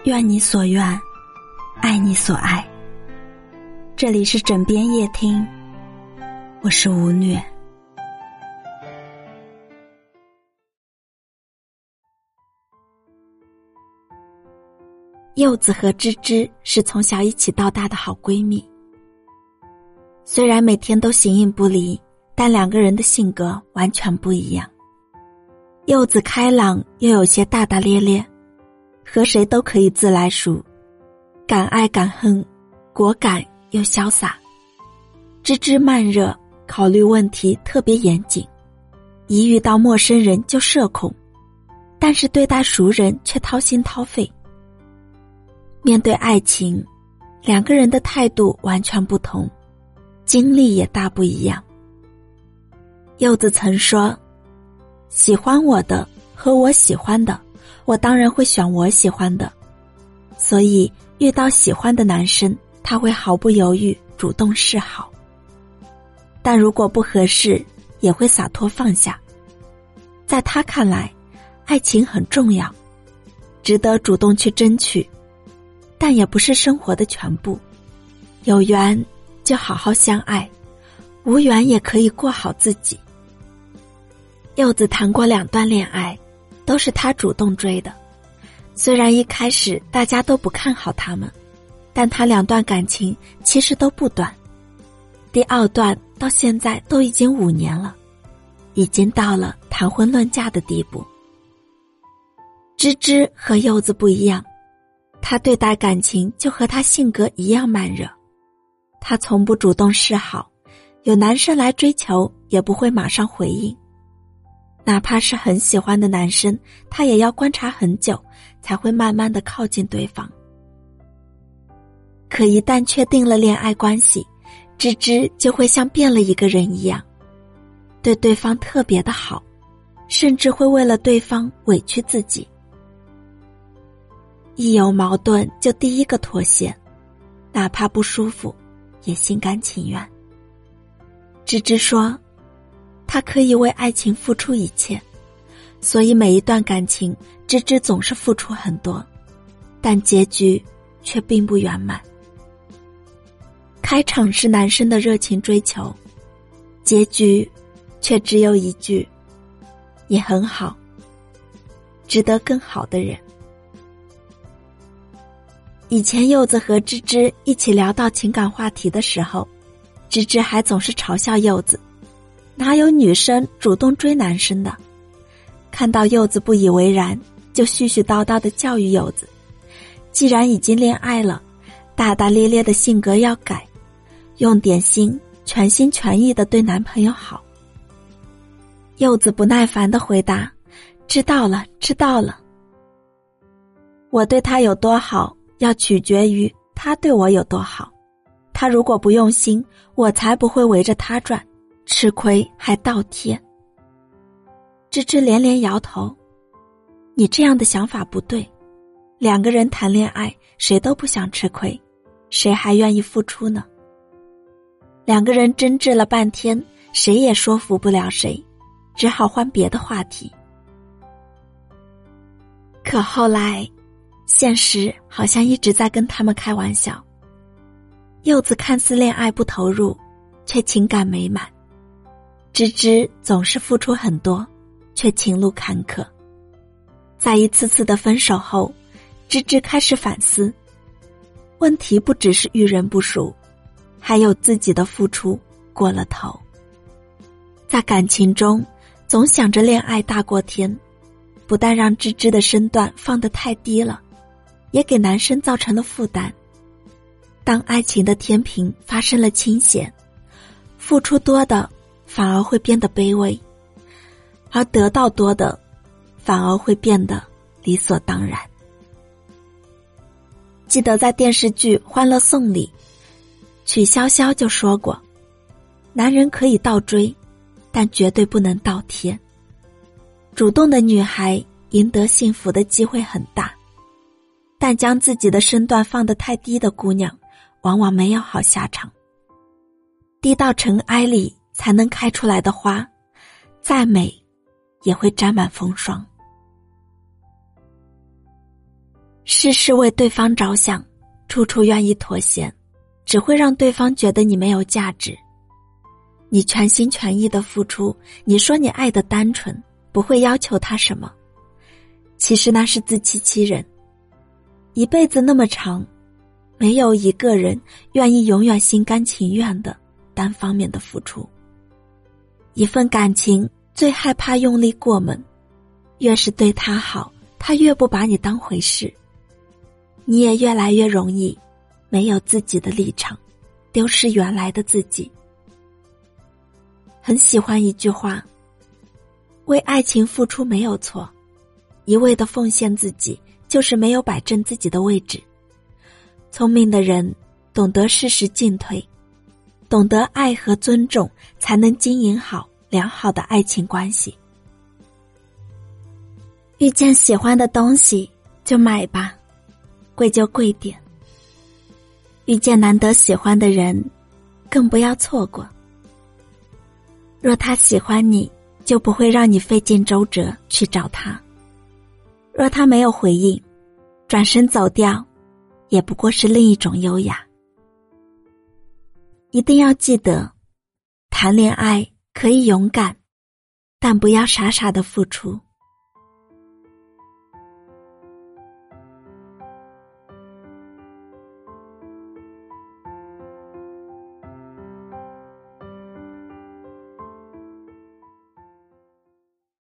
愿你所愿，爱你所爱。这里是枕边夜听，我是吴虐。柚子和芝芝是从小一起到大的好闺蜜，虽然每天都形影不离，但两个人的性格完全不一样。柚子开朗又有些大大咧咧，和谁都可以自来熟，敢爱敢恨，果敢又潇洒。芝芝慢热，考虑问题特别严谨，一遇到陌生人就社恐，但是对待熟人却掏心掏肺。面对爱情，两个人的态度完全不同，经历也大不一样。柚子曾说，喜欢我的和我喜欢的，我当然会选我喜欢的，所以遇到喜欢的男生，他会毫不犹豫主动示好，但如果不合适，也会洒脱放下。在他看来，爱情很重要，值得主动去争取，但也不是生活的全部。有缘就好好相爱，无缘也可以过好自己。柚子谈过2段恋爱，都是他主动追的。虽然一开始大家都不看好他们，但他2段感情其实都不短。第2段到现在都已经5年了，已经到了谈婚论嫁的地步。芝芝和柚子不一样，他对待感情就和他性格一样慢热，他从不主动示好，有男生来追求也不会马上回应。哪怕是很喜欢的男生，他也要观察很久，才会慢慢地靠近对方。可一旦确定了恋爱关系，芝芝就会像变了一个人一样，对对方特别的好，甚至会为了对方委屈自己。一有矛盾就第一个妥协，哪怕不舒服，也心甘情愿。芝芝说，他可以为爱情付出一切，所以每一段感情，芝芝总是付出很多，但结局却并不圆满。开场是男生的热情追求，结局却只有一句，也很好，值得更好的人。以前柚子和芝芝一起聊到情感话题的时候，芝芝还总是嘲笑柚子，哪有女生主动追男生的？看到柚子不以为然，就絮絮叨叨地教育柚子，既然已经恋爱了，大大咧咧的性格要改，用点心，全心全意地对男朋友好。柚子不耐烦地回答，知道了，知道了。我对他有多好，要取决于他对我有多好。他如果不用心，我才不会围着他转，吃亏还倒贴。芝芝连连摇头，你这样的想法不对，2个人谈恋爱，谁都不想吃亏，谁还愿意付出呢？2个人争执了半天，谁也说服不了谁，只好换别的话题。可后来，现实好像一直在跟他们开玩笑。柚子看似恋爱不投入，却情感美满；芝芝总是付出很多，却情路坎坷。在一次次的分手后，芝芝开始反思，问题不只是遇人不淑，还有自己的付出过了头。在感情中，总想着恋爱大过天，不但让芝芝的身段放得太低了，也给男生造成了负担。当爱情的天平发生了倾斜，付出多的反而会变得卑微，而得到多的反而会变得理所当然。记得在电视剧《欢乐颂》里，曲筱绡就说过，男人可以倒追，但绝对不能倒贴。主动的女孩赢得幸福的机会很大，但将自己的身段放得太低的姑娘，往往没有好下场。低到尘埃里才能开出来的花，再美也会沾满风霜。 事事为对方着想，处处愿意妥协，只会让对方觉得你没有价值。你全心全意的付出，你说你爱的单纯，不会要求他什么，其实那是自欺欺人。一辈子那么长，没有一个人愿意永远心甘情愿的单方面的付出。一份感情最害怕用力过猛，越是对他好，他越不把你当回事，你也越来越容易没有自己的立场，丢失原来的自己。很喜欢一句话，为爱情付出没有错，一味的奉献自己就是没有摆正自己的位置。聪明的人懂得适时进退，懂得爱和尊重，才能经营好良好的爱情关系。遇见喜欢的东西就买吧，贵就贵点。遇见难得喜欢的人，更不要错过。若他喜欢你，就不会让你费尽周折去找他。若他没有回应，转身走掉，也不过是另一种优雅。一定要记得，谈恋爱可以勇敢，但不要傻傻的付出。